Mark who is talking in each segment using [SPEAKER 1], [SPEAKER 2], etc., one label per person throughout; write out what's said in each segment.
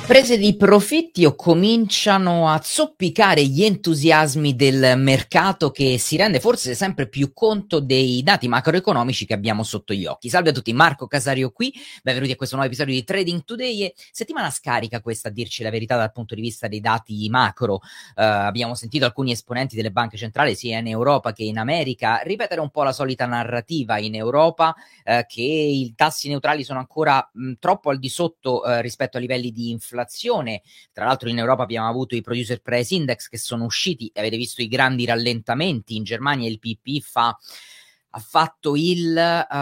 [SPEAKER 1] Prese di profitti o cominciano a zoppicare gli entusiasmi del mercato che si rende forse sempre più conto dei dati macroeconomici che abbiamo sotto gli occhi. Salve a tutti, Marco Casario qui, benvenuti a questo nuovo episodio di Trading Today e settimana scarica questa a dirci la verità dal punto di vista dei dati macro. Abbiamo sentito alcuni esponenti delle banche centrali sia in Europa che in America ripetere un po' la solita narrativa in Europa che i tassi neutrali sono ancora troppo al di sotto rispetto ai livelli di inflazione. Tra l'altro in Europa abbiamo avuto i producer price index che sono usciti e avete visto i grandi rallentamenti. In Germania il PPI ha fatto il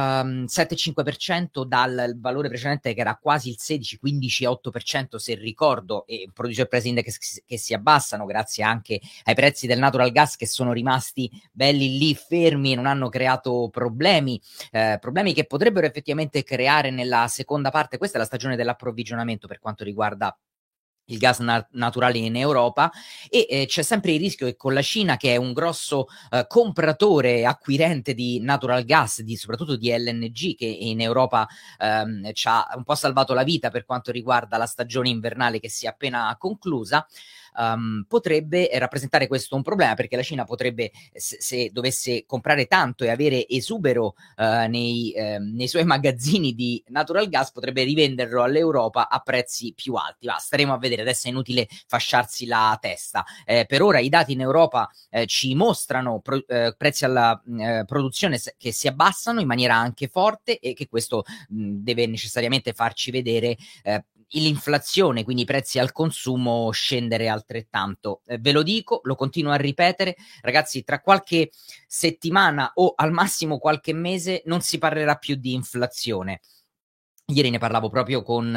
[SPEAKER 1] 7,5% dal valore precedente che era quasi il 16, 15,8% se ricordo, e producer price index che si abbassano grazie anche ai prezzi del natural gas che sono rimasti belli lì fermi e non hanno creato problemi che potrebbero effettivamente creare nella seconda parte. Questa è la stagione dell'approvvigionamento per quanto riguarda il gas naturale in Europa e c'è sempre il rischio che con la Cina, che è un grosso compratore acquirente di natural gas, soprattutto di LNG, che in Europa ci ha un po' salvato la vita per quanto riguarda la stagione invernale che si è appena conclusa, potrebbe rappresentare questo un problema, perché la Cina potrebbe, se dovesse comprare tanto e avere esubero nei suoi magazzini di natural gas, potrebbe rivenderlo all'Europa a prezzi più alti. Ma staremo a vedere, adesso è inutile fasciarsi la testa. Per ora i dati in Europa ci mostrano prezzi alla produzione che si abbassano in maniera anche forte, e che questo deve necessariamente farci vedere l'inflazione, quindi i prezzi al consumo, scendere altrettanto. Ve lo dico, lo continuo a ripetere, ragazzi, tra qualche settimana o al massimo qualche mese non si parlerà più di inflazione. Ieri ne parlavo proprio con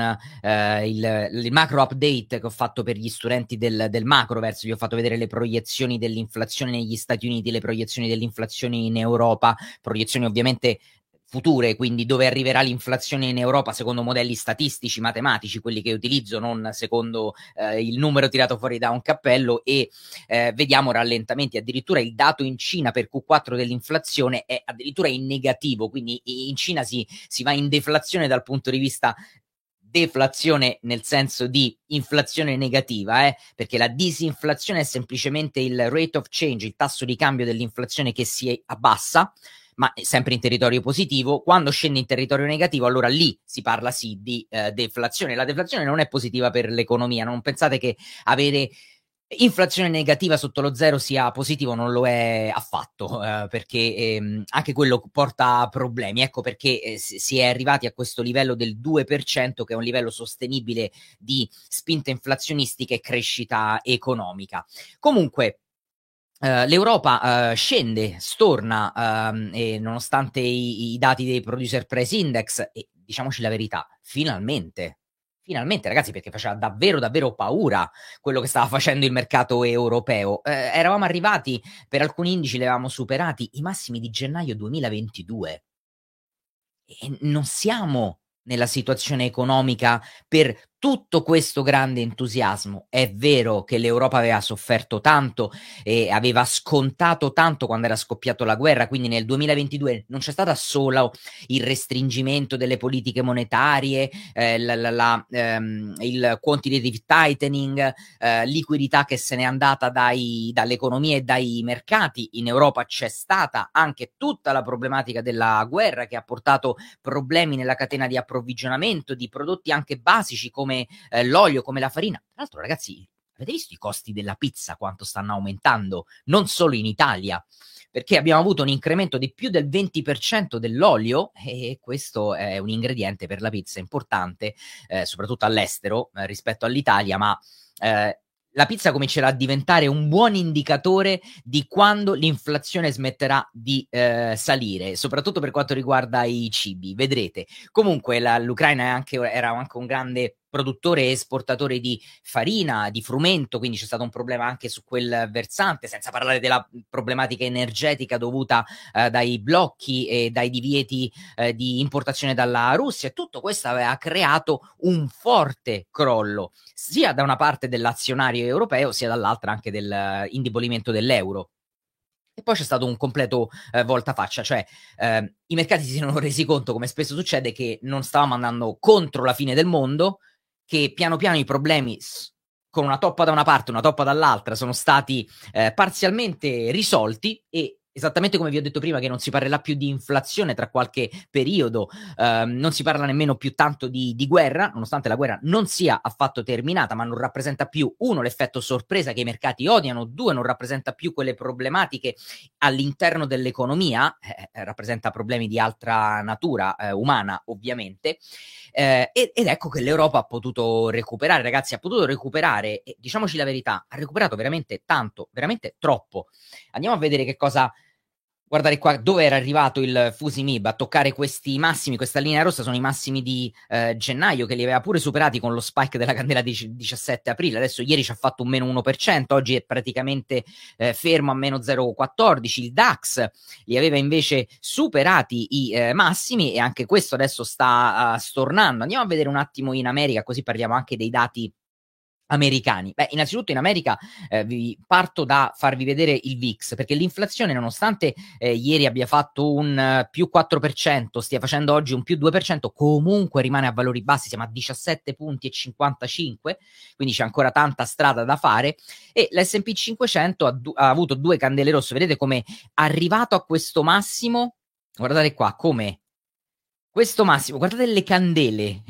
[SPEAKER 1] il macro update che ho fatto per gli studenti del Macroverse. Vi ho fatto vedere le proiezioni dell'inflazione negli Stati Uniti, le proiezioni dell'inflazione in Europa, proiezioni ovviamente future, quindi dove arriverà l'inflazione in Europa secondo modelli statistici, matematici, quelli che utilizzo, non secondo il numero tirato fuori da un cappello, e vediamo rallentamenti. Addirittura il dato in Cina per Q4 dell'inflazione è addirittura in negativo, quindi in Cina si va in deflazione dal punto di vista deflazione nel senso di inflazione negativa, perché la disinflazione è semplicemente il rate of change, il tasso di cambio dell'inflazione che si abbassa, ma sempre in territorio positivo. Quando scende in territorio negativo, allora lì si parla sì di deflazione. La deflazione non è positiva per l'economia, non pensate che avere inflazione negativa sotto lo zero sia positivo, non lo è affatto, perché anche quello porta problemi. Ecco perché si è arrivati a questo livello del 2%, che è un livello sostenibile di spinte inflazionistiche e crescita economica. Comunque l'Europa scende, storna, e nonostante i dati dei producer price index, e diciamoci la verità, finalmente ragazzi, perché faceva davvero davvero paura quello che stava facendo il mercato europeo. Eravamo arrivati, per alcuni indici li avevamo superati, i massimi di gennaio 2022 e non siamo nella situazione economica per tutto questo grande entusiasmo. È vero che l'Europa aveva sofferto tanto e aveva scontato tanto quando era scoppiato la guerra, quindi nel 2022 non c'è stata solo il restringimento delle politiche monetarie, il quantitative tightening, liquidità che se n'è andata dall'economia e dai mercati. In Europa c'è stata anche tutta la problematica della guerra, che ha portato problemi nella catena di approvvigionamento di prodotti anche basici come l'olio, come la farina. Tra l'altro, ragazzi, avete visto i costi della pizza quanto stanno aumentando? Non solo in Italia, perché abbiamo avuto un incremento di più del 20% dell'olio, e questo è un ingrediente per la pizza importante, soprattutto all'estero rispetto all'Italia, ma la pizza comincerà a diventare un buon indicatore di quando l'inflazione smetterà di salire, soprattutto per quanto riguarda i cibi. Vedrete. Comunque l'Ucraina era anche un grande produttore e esportatore di farina, di frumento, quindi c'è stato un problema anche su quel versante, senza parlare della problematica energetica dovuta dai blocchi e dai divieti di importazione dalla Russia. Tutto questo aveva creato un forte crollo, sia da una parte dell'azionario europeo, sia dall'altra anche dell'indebolimento dell'euro. E poi c'è stato un completo voltafaccia, cioè i mercati si sono resi conto, come spesso succede, che non stavamo andando contro la fine del mondo, che piano piano i problemi con una toppa da una parte, una toppa dall'altra, sono stati parzialmente risolti, e esattamente come vi ho detto prima, che non si parlerà più di inflazione tra qualche periodo, non si parla nemmeno più tanto di guerra, nonostante la guerra non sia affatto terminata, ma non rappresenta più, uno, l'effetto sorpresa che i mercati odiano, due, non rappresenta più quelle problematiche all'interno dell'economia, rappresenta problemi di altra natura, umana ovviamente, ed ecco che l'Europa ha potuto recuperare, ragazzi, ha potuto recuperare, e diciamoci la verità, ha recuperato veramente tanto, veramente troppo. Andiamo a vedere che cosa. Guardare qua dove era arrivato il Fusimib a toccare questi massimi, questa linea rossa sono i massimi di gennaio, che li aveva pure superati con lo spike della candela di 17 aprile. Adesso ieri ci ha fatto un meno 1%, oggi è praticamente fermo a meno 0,14. Il DAX li aveva invece superati i massimi, e anche questo adesso sta stornando. Andiamo a vedere un attimo in America, così parliamo anche dei dati americani. Beh, innanzitutto in America vi parto da farvi vedere il VIX, perché l'inflazione, nonostante ieri abbia fatto un più 4%, stia facendo oggi un più 2%, comunque rimane a valori bassi, siamo a 17 punti e 55, quindi c'è ancora tanta strada da fare, e l'S&P 500 ha avuto due candele rosse. Vedete come arrivato a questo massimo, guardate qua, come questo massimo, guardate le candele,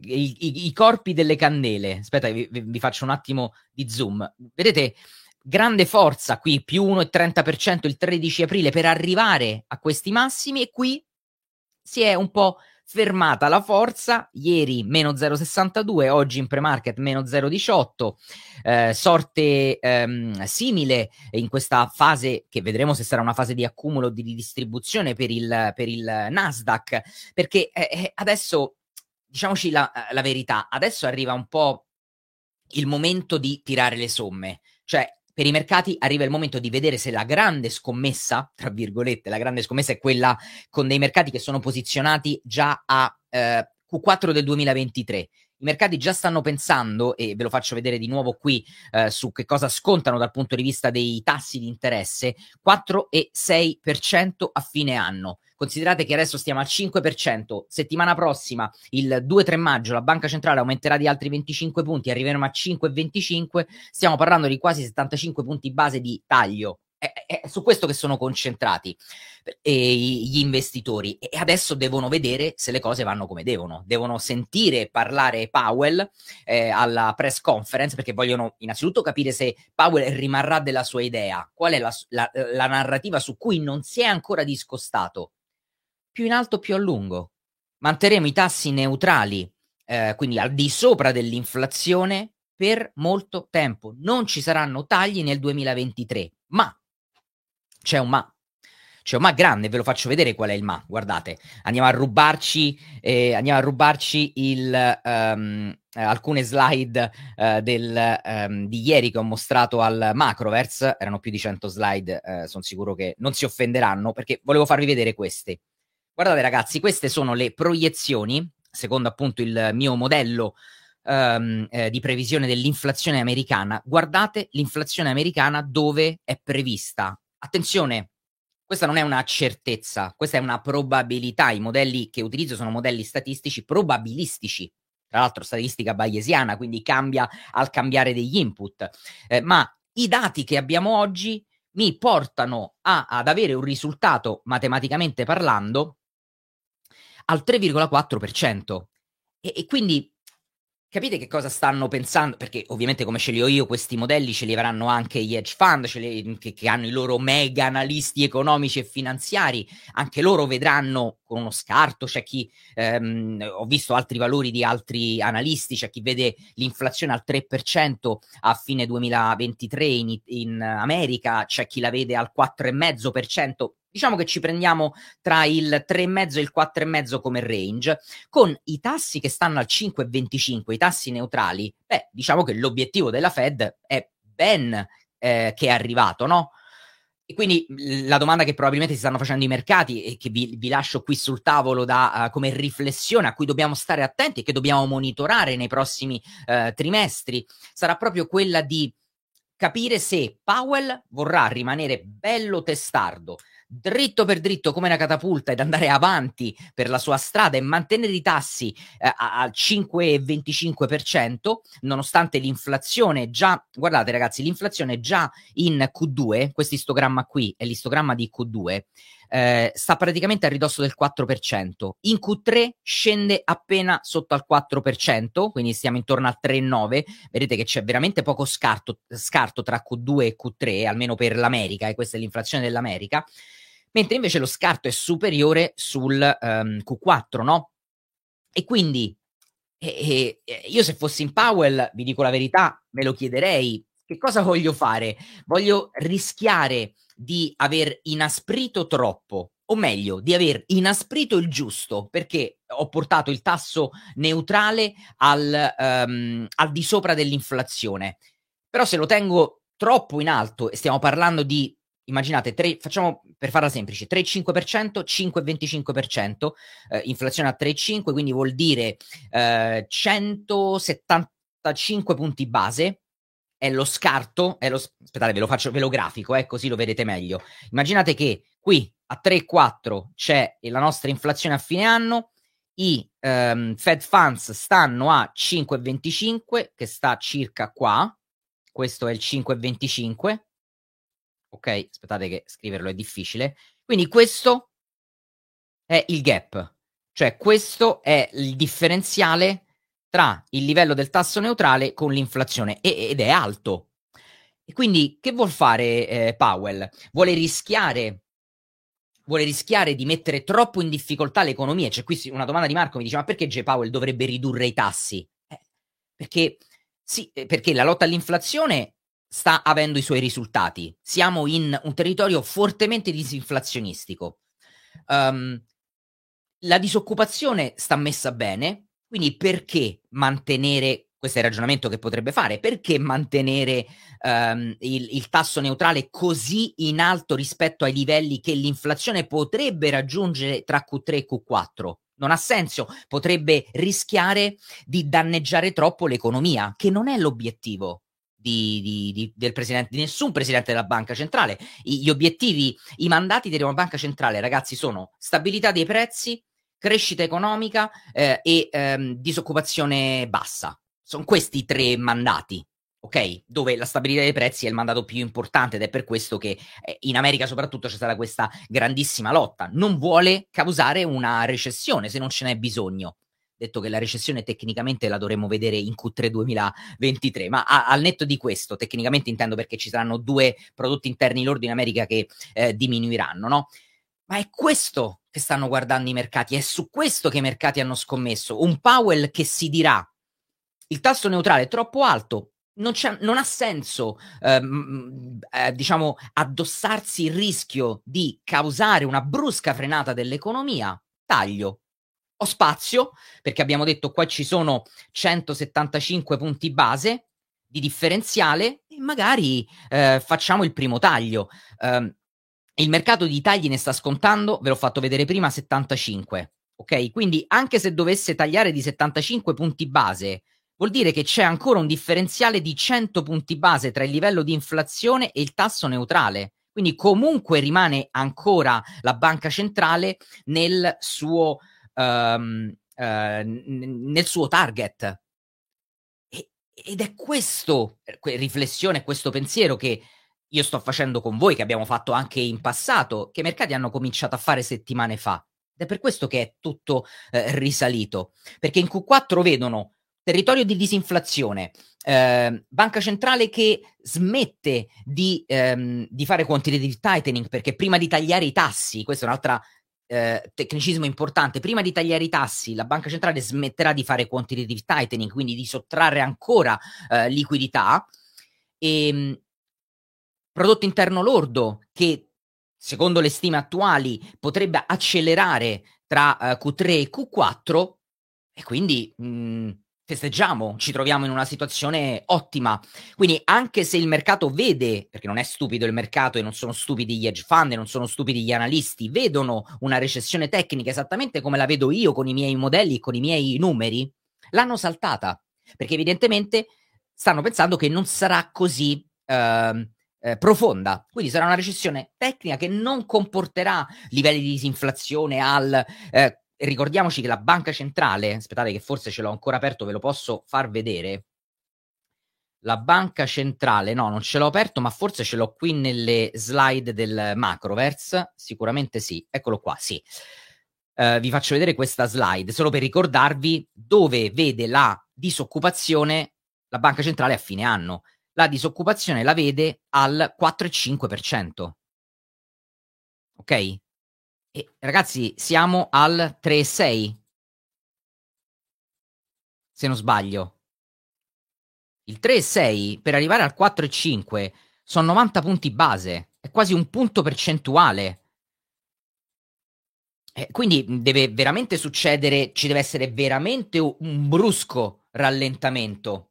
[SPEAKER 1] i corpi delle candele. Aspetta, vi faccio un attimo di zoom. Vedete, grande forza qui, più 1,30% il 13 aprile per arrivare a questi massimi, e qui si è un po' fermata la forza. Ieri meno 0,62, oggi in pre-market meno 0,18, sorte simile in questa fase, che vedremo se sarà una fase di accumulo, di distribuzione per il Nasdaq, perché adesso, diciamoci la verità, adesso arriva un po' il momento di tirare le somme, cioè per i mercati arriva il momento di vedere se la grande scommessa, tra virgolette, la grande scommessa è quella con dei mercati che sono posizionati già a Q4 del 2023. I mercati già stanno pensando, e ve lo faccio vedere di nuovo qui, su che cosa scontano dal punto di vista dei tassi di interesse, 4 e 6% a fine anno. Considerate che adesso stiamo al 5%, settimana prossima, il 2-3 maggio, la Banca Centrale aumenterà di altri 25 punti, arriveremo a 5,25, stiamo parlando di quasi 75 punti base di taglio. È su questo che sono concentrati gli investitori, e adesso devono vedere se le cose vanno come devono sentire parlare Powell alla press conference, perché vogliono innanzitutto capire se Powell rimarrà della sua idea, qual è la narrativa su cui non si è ancora discostato, più in alto più a lungo. Manterremo i tassi neutrali, quindi al di sopra dell'inflazione, per molto tempo. Non ci saranno tagli nel 2023, ma c'è un ma. C'è un ma grande, ve lo faccio vedere qual è il ma. Guardate, andiamo a rubarci alcune slide di ieri che ho mostrato al Macroverse. Erano più di 100 slide, sono sicuro che non si offenderanno, perché volevo farvi vedere queste. Guardate ragazzi, queste sono le proiezioni, secondo appunto il mio modello di previsione dell'inflazione americana. Guardate l'inflazione americana dove è prevista. Attenzione, questa non è una certezza, questa è una probabilità. I modelli che utilizzo sono modelli statistici probabilistici, tra l'altro statistica bayesiana, quindi cambia al cambiare degli input, ma i dati che abbiamo oggi mi portano ad avere un risultato, matematicamente parlando, al 3,4%. E quindi capite che cosa stanno pensando? Perché ovviamente, come ce li ho io, questi modelli ce li avranno anche gli hedge fund, che hanno i loro mega analisti economici e finanziari. Anche loro vedranno con uno scarto. C'è chi, ho visto altri valori di altri analisti, c'è chi vede l'inflazione al 3% a fine 2023 in America, c'è chi la vede al 4,5%. Diciamo che ci prendiamo tra il 3,5 e il 4,5 come range, con i tassi che stanno al 5,25, i tassi neutrali. Beh, diciamo che l'obiettivo della Fed è ben che è arrivato, no? E quindi la domanda che probabilmente si stanno facendo i mercati, e che vi lascio qui sul tavolo come riflessione, a cui dobbiamo stare attenti e che dobbiamo monitorare nei prossimi trimestri, sarà proprio quella di capire se Powell vorrà rimanere bello testardo, dritto per dritto come una catapulta ed andare avanti per la sua strada e mantenere i tassi al 5,25%, nonostante l'inflazione già, guardate ragazzi, l'inflazione già in Q2, questo istogramma qui è l'istogramma di Q2, sta praticamente a ridosso del 4%, in Q3 scende appena sotto al 4%, quindi stiamo intorno al 3,9%, vedete che c'è veramente poco scarto tra Q2 e Q3, almeno per l'America, e questa è l'inflazione dell'America, mentre invece lo scarto è superiore sul Q4, no? E quindi io se fossi in Powell, vi dico la verità, me lo chiederei, che cosa voglio fare? Voglio rischiare di aver inasprito troppo, o meglio, di aver inasprito il giusto, perché ho portato il tasso neutrale al di sopra dell'inflazione. Però se lo tengo troppo in alto, e stiamo parlando di, immaginate, facciamo per farla semplice, 3,5%, 5,25%, inflazione a 3,5%, quindi vuol dire 175 punti base, è lo scarto, aspettate, ve lo grafico, così lo vedete meglio. Immaginate che qui a 3,4 c'è la nostra inflazione a fine anno, i Fed Funds stanno a 5,25, che sta circa qua, questo è il 5,25, ok? Aspettate che scriverlo è difficile. Quindi questo è il gap, cioè questo è il differenziale tra il livello del tasso neutrale con l'inflazione ed è alto. E quindi che vuol fare Powell? Vuole rischiare di mettere troppo in difficoltà l'economia. C'è qui una domanda di Marco, mi dice: ma perché J. Powell dovrebbe ridurre i tassi? Perché la lotta all'inflazione sta avendo i suoi risultati. Siamo in un territorio fortemente disinflazionistico. La disoccupazione sta messa bene, quindi perché mantenere, questo è il ragionamento che potrebbe fare, perché mantenere il tasso neutrale così in alto rispetto ai livelli che l'inflazione potrebbe raggiungere tra Q3 e Q4? Non ha senso, potrebbe rischiare di danneggiare troppo l'economia, che non è l'obiettivo del presidente, di nessun presidente della banca centrale. Gli obiettivi, i mandati della banca centrale, ragazzi, sono stabilità dei prezzi, crescita economica e disoccupazione bassa. Sono questi i 3 mandati, ok? Dove la stabilità dei prezzi è il mandato più importante ed è per questo che in America soprattutto c'è stata questa grandissima lotta. Non vuole causare una recessione se non ce n'è bisogno. Detto che la recessione tecnicamente la dovremmo vedere in Q3 2023, ma al netto di questo, tecnicamente intendo perché ci saranno 2 prodotti interni lordi in America che diminuiranno, no? Ma è questo che stanno guardando i mercati, è su questo che i mercati hanno scommesso. Un Powell che si dirà: il tasso neutrale è troppo alto, non ha senso diciamo addossarsi il rischio di causare una brusca frenata dell'economia, taglio. Ho spazio, perché abbiamo detto qua ci sono 175 punti base di differenziale e magari facciamo il primo taglio. Il mercato di tagli ne sta scontando, ve l'ho fatto vedere prima, 75, ok? Quindi anche se dovesse tagliare di 75 punti base, vuol dire che c'è ancora un differenziale di 100 punti base tra il livello di inflazione e il tasso neutrale. Quindi comunque rimane ancora la banca centrale nel suo target. Ed è questo, riflessione, questo pensiero che io sto facendo con voi, che abbiamo fatto anche in passato, che i mercati hanno cominciato a fare settimane fa. Ed è per questo che è tutto risalito. Perché in Q4 vedono territorio di disinflazione, banca centrale che smette di fare quantitative tightening, perché prima di tagliare i tassi, questa è un'altra tecnicismo importante, prima di tagliare i tassi la banca centrale smetterà di fare quantitative tightening, quindi di sottrarre ancora liquidità, e prodotto interno lordo che secondo le stime attuali potrebbe accelerare tra Q3 e Q4, e quindi festeggiamo, ci troviamo in una situazione ottima. Quindi anche se il mercato vede, perché non è stupido il mercato e non sono stupidi gli hedge fund e non sono stupidi gli analisti, vedono una recessione tecnica esattamente come la vedo io con i miei modelli, con i miei numeri, l'hanno saltata, perché evidentemente stanno pensando che non sarà così profonda. Quindi sarà una recessione tecnica che non comporterà livelli di disinflazione ricordiamoci che la banca centrale, aspettate che forse ce l'ho ancora aperto, ve lo posso far vedere. La banca centrale, no, non ce l'ho aperto, ma forse ce l'ho qui nelle slide del Macroverse. Sicuramente sì, eccolo qua, sì. Vi faccio vedere questa slide solo per ricordarvi dove vede la disoccupazione la banca centrale a fine anno. La disoccupazione la vede al 4,5%. Ok? E ragazzi, siamo al 3,6, se non sbaglio. Il 3,6 per arrivare al 4,5 sono 90 punti base, è quasi un punto percentuale. Quindi deve veramente succedere, ci deve essere veramente un brusco rallentamento.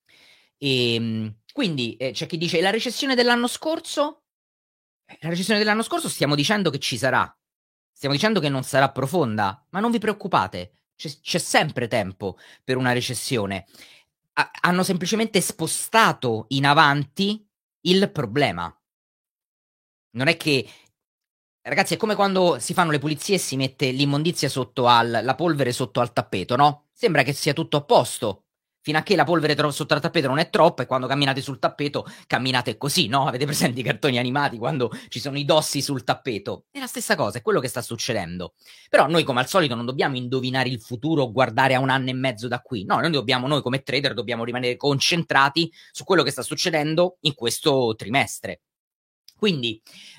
[SPEAKER 1] Quindi c'è chi dice la recessione dell'anno scorso? La recessione dell'anno scorso stiamo dicendo che ci sarà, stiamo dicendo che non sarà profonda, ma non vi preoccupate, c'è sempre tempo per una recessione. Hanno semplicemente spostato in avanti il problema. Non è che ragazzi, è come quando si fanno le pulizie e si mette l'immondizia sotto la polvere sotto al tappeto, no? Sembra che sia tutto a posto. Fino a che la polvere sotto al tappeto non è troppa e quando camminate sul tappeto camminate così, no? Avete presente i cartoni animati quando ci sono i dossi sul tappeto? È la stessa cosa, è quello che sta succedendo. Però noi come al solito non dobbiamo indovinare il futuro o guardare a un anno e mezzo da qui. No, noi come trader dobbiamo rimanere concentrati su quello che sta succedendo in questo trimestre. Quindi,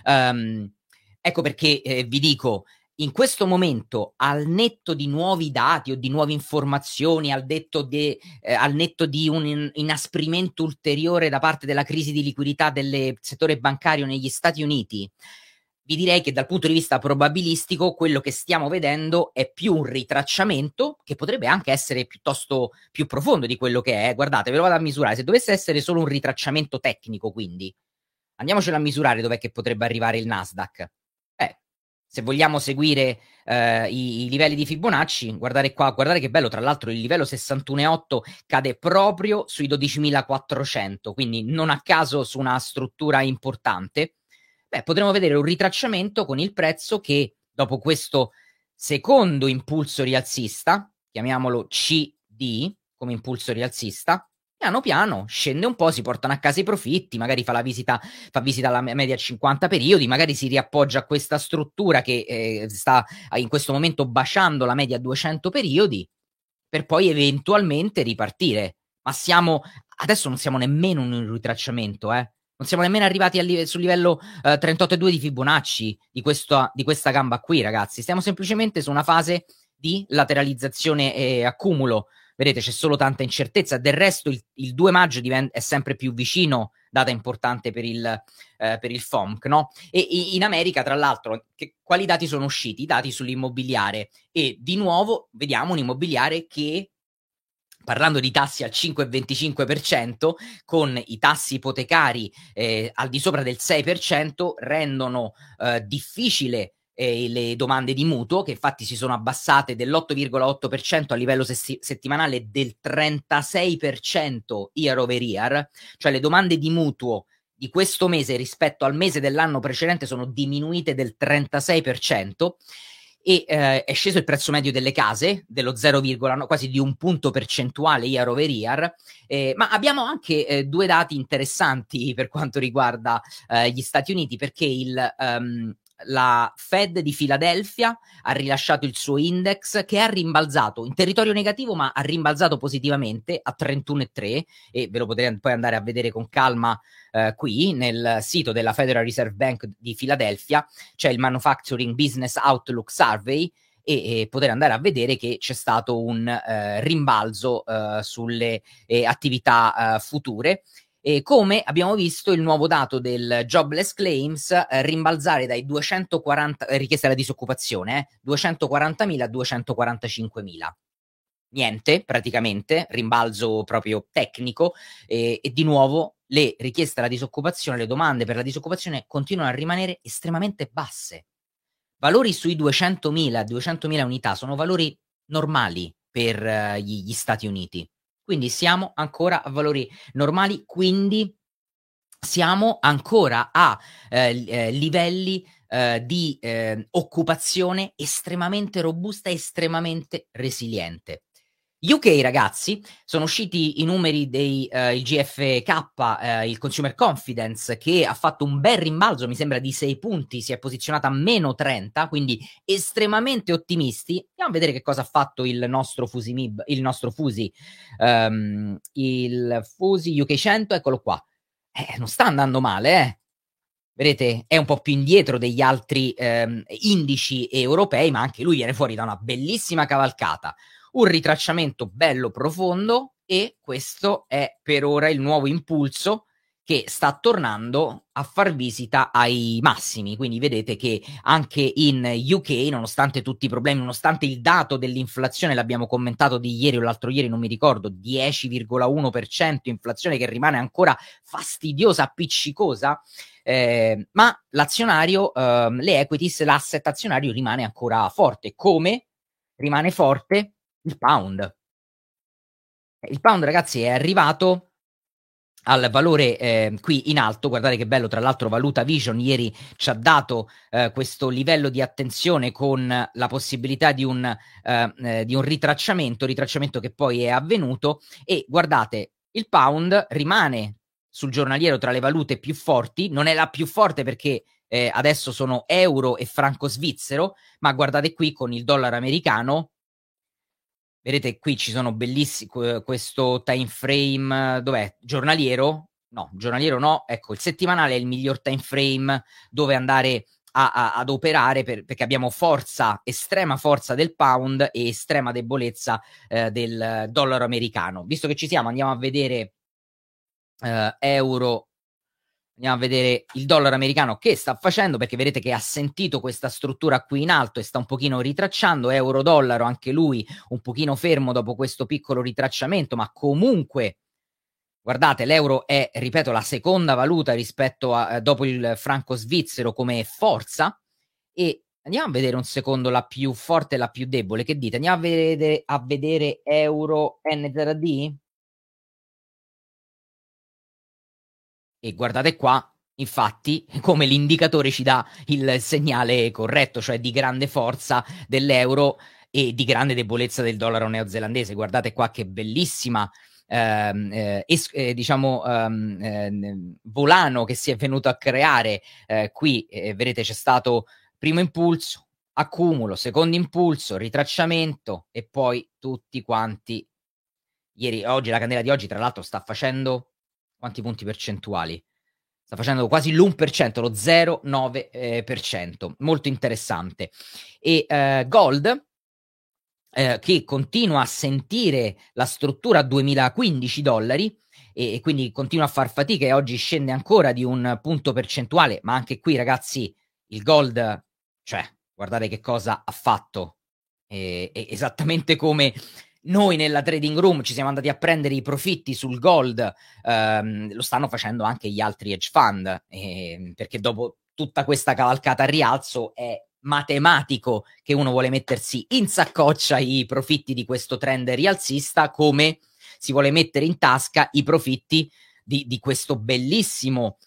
[SPEAKER 1] ecco perché vi dico, in questo momento, al netto di nuovi dati o di nuove informazioni, al netto di un inasprimento ulteriore da parte della crisi di liquidità del settore bancario negli Stati Uniti, vi direi che dal punto di vista probabilistico quello che stiamo vedendo è più un ritracciamento che potrebbe anche essere piuttosto più profondo di quello che è. Guardate, ve lo vado a misurare. Se dovesse essere solo un ritracciamento tecnico, quindi andiamocelo a misurare dov'è che potrebbe arrivare il Nasdaq. Se vogliamo seguire i livelli di Fibonacci, guardate qua, guardate che bello, tra l'altro il livello 61,8 cade proprio sui 12.400, quindi non a caso su una struttura importante. Potremo vedere un ritracciamento con il prezzo che dopo questo secondo impulso rialzista, chiamiamolo CD come impulso rialzista, piano piano scende un po', si portano a casa i profitti, magari fa visita alla media 50 periodi, magari si riappoggia a questa struttura che sta in questo momento baciando la media 200 periodi, per poi eventualmente ripartire. Ma adesso non siamo nemmeno in un ritracciamento, non siamo nemmeno arrivati sul livello 38,2 di Fibonacci di questa gamba qui, ragazzi. Stiamo semplicemente su una fase di lateralizzazione e accumulo. Vedete, c'è solo tanta incertezza. Del resto, il 2 maggio è sempre più vicino, data importante per il FOMC, no? E in America, tra l'altro, quali dati sono usciti? I dati sull'immobiliare. E di nuovo vediamo un immobiliare che, parlando di tassi al 5,25%, con i tassi ipotecari al di sopra del 6%, rendono difficile le domande di mutuo, che infatti si sono abbassate dell'8,8% a livello settimanale, del 36% year over year, cioè le domande di mutuo di questo mese rispetto al mese dell'anno precedente sono diminuite del 36%. E è sceso il prezzo medio delle case dello 0, quasi di un punto percentuale year over year, ma abbiamo anche due dati interessanti per quanto riguarda gli Stati Uniti, perché la Fed di Filadelfia ha rilasciato il suo index che ha rimbalzato in territorio negativo, ma ha rimbalzato positivamente a 31,3, e ve lo potete poi andare a vedere con calma qui nel sito della Federal Reserve Bank di Filadelfia. C'è il Manufacturing Business Outlook Survey e poter andare a vedere che c'è stato un rimbalzo sulle attività future. E come abbiamo visto il nuovo dato del jobless claims rimbalzare dai 240 richieste alla disoccupazione, 240.000 a 245.000. Niente, praticamente, rimbalzo proprio tecnico, e di nuovo le richieste alla disoccupazione, le domande per la disoccupazione continuano a rimanere estremamente basse. Valori sui 200.000 unità sono valori normali per gli Stati Uniti. Quindi siamo ancora a valori normali, quindi siamo ancora a livelli di occupazione estremamente robusta, estremamente resiliente. UK ragazzi, sono usciti i numeri dei il GfK, il Consumer Confidence, che ha fatto un bel rimbalzo, mi sembra di 6 punti, si è posizionata a -30, quindi estremamente ottimisti. Andiamo a vedere che cosa ha fatto il nostro FTSE MIB, il FTSE UK 100, eccolo qua. Non sta andando male, Vedete, è un po' più indietro degli altri indici europei, ma anche lui viene fuori da una bellissima cavalcata. Un ritracciamento bello profondo e questo è per ora il nuovo impulso che sta tornando a far visita ai massimi. Quindi vedete che anche in UK, nonostante tutti i problemi, nonostante il dato dell'inflazione, l'abbiamo commentato di ieri o l'altro ieri, non mi ricordo, 10,1% inflazione che rimane ancora fastidiosa, appiccicosa, ma l'azionario, le equities, l'asset azionario rimane ancora forte. Come rimane forte il pound? Il pound, ragazzi, è arrivato al valore qui in alto. Guardate che bello, tra l'altro Valuta Vision ieri ci ha dato questo livello di attenzione con la possibilità di un ritracciamento che poi è avvenuto, e guardate, il pound rimane sul giornaliero tra le valute più forti, non è la più forte perché adesso sono euro e franco svizzero, ma guardate qui con il dollaro americano. Vedete qui ci sono bellissimi questo time frame, dov'è? Giornaliero? No, giornaliero no, ecco, il settimanale è il miglior time frame dove andare ad operare perché abbiamo forza, estrema forza del pound e estrema debolezza del dollaro americano. Visto che ci siamo, andiamo a vedere euro. Andiamo a vedere il dollaro americano che sta facendo, perché vedete che ha sentito questa struttura qui in alto e sta un pochino ritracciando. Euro-dollaro, anche lui un pochino fermo dopo questo piccolo ritracciamento, ma comunque guardate, l'euro è, ripeto, la seconda valuta rispetto a dopo il franco svizzero come forza. E andiamo a vedere un secondo la più forte e la più debole. Che dite? Andiamo a vedere euro NZD? E guardate qua, infatti, come l'indicatore ci dà il segnale corretto, cioè di grande forza dell'euro e di grande debolezza del dollaro neozelandese. Guardate qua che bellissima volano che si è venuto a creare qui. Vedete, c'è stato primo impulso, accumulo, secondo impulso, ritracciamento e poi tutti quanti. Oggi la candela di oggi, tra l'altro, sta facendo quanti punti percentuali? Sta facendo quasi l'1%, lo 0,9%. Molto interessante. E Gold, che continua a sentire la struttura a $2015 e quindi continua a far fatica e oggi scende ancora di un punto percentuale, ma anche qui ragazzi il Gold, cioè guardate che cosa ha fatto, esattamente come noi nella trading room ci siamo andati a prendere i profitti sul Gold, lo stanno facendo anche gli altri hedge fund, perché dopo tutta questa cavalcata a rialzo è matematico che uno vuole mettersi in saccoccia i profitti di questo trend rialzista, come si vuole mettere in tasca i profitti di questo bellissimo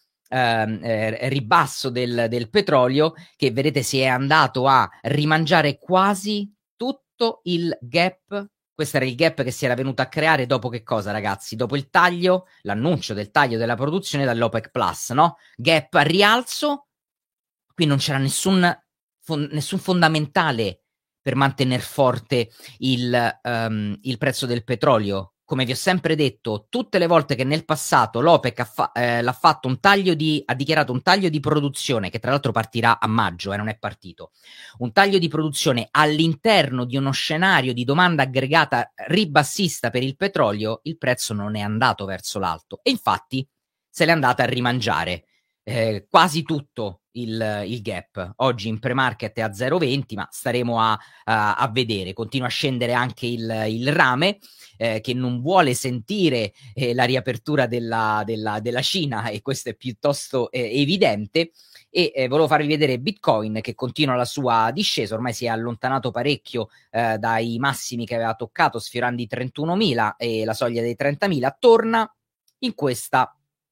[SPEAKER 1] ribasso del petrolio, che vedete si è andato a rimangiare quasi tutto il gap. Questo era il gap che si era venuto a creare dopo che cosa, ragazzi? Dopo il taglio, l'annuncio del taglio della produzione dall'OPEC Plus, no? Gap a rialzo, qui non c'era nessun fondamentale per mantenere forte il prezzo del petrolio. Come vi ho sempre detto, tutte le volte che nel passato l'OPEC l'ha fatto ha dichiarato un taglio di produzione, che tra l'altro partirà a maggio, non è partito, un taglio di produzione all'interno di uno scenario di domanda aggregata ribassista per il petrolio, il prezzo non è andato verso l'alto e infatti se l'è andata a rimangiare. Quasi tutto il gap. Oggi in pre-market è a 0,20, ma staremo a vedere. Continua a scendere anche il rame, che non vuole sentire la riapertura della Cina, e questo è piuttosto evidente. E volevo farvi vedere Bitcoin che continua la sua discesa, ormai si è allontanato parecchio dai massimi che aveva toccato, sfiorando i 31.000 e la soglia dei 30.000, torna in questa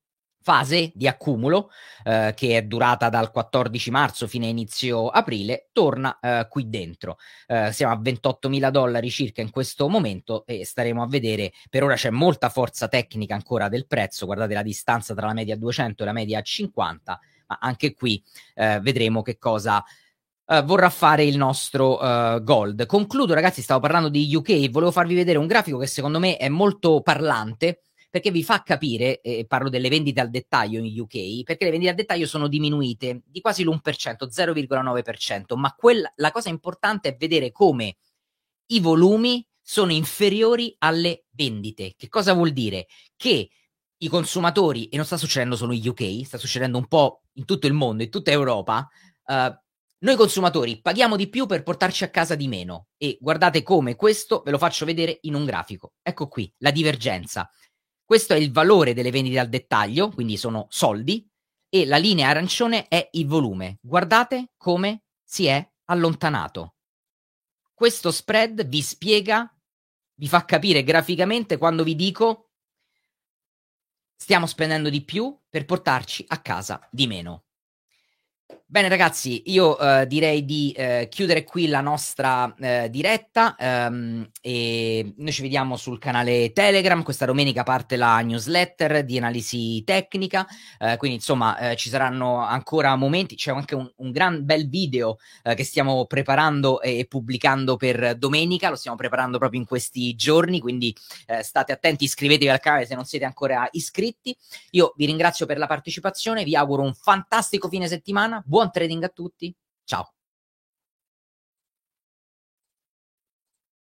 [SPEAKER 1] fase di accumulo che è durata dal 14 marzo fino a inizio aprile, torna qui dentro. Siamo a $28.000 circa in questo momento e staremo a vedere. Per ora c'è molta forza tecnica ancora del prezzo, guardate la distanza tra la media 200 e la media 50, ma anche qui vedremo che cosa vorrà fare il nostro Gold. Concludo, ragazzi, stavo parlando di UK, volevo farvi vedere un grafico che secondo me è molto parlante, perché vi fa capire, parlo delle vendite al dettaglio in UK, perché le vendite al dettaglio sono diminuite di quasi l'1%, 0,9%, ma la cosa importante è vedere come i volumi sono inferiori alle vendite. Che cosa vuol dire? Che i consumatori, e non sta succedendo solo in UK, sta succedendo un po' in tutto il mondo, in tutta Europa, noi consumatori paghiamo di più per portarci a casa di meno. E guardate come questo ve lo faccio vedere in un grafico. Ecco qui, la divergenza. Questo è il valore delle vendite al dettaglio, quindi sono soldi, e la linea arancione è il volume. Guardate come si è allontanato. Questo spread vi spiega, vi fa capire graficamente quando vi dico stiamo spendendo di più per portarci a casa di meno. Bene ragazzi, io direi di chiudere qui la nostra diretta e noi ci vediamo sul canale Telegram. Questa domenica parte la newsletter di analisi tecnica, quindi insomma ci saranno ancora momenti, c'è anche un gran bel video che stiamo preparando e pubblicando per domenica, lo stiamo preparando proprio in questi giorni, quindi state attenti, iscrivetevi al canale se non siete ancora iscritti. Io vi ringrazio per la partecipazione, vi auguro un fantastico fine settimana, buon trading a tutti, ciao!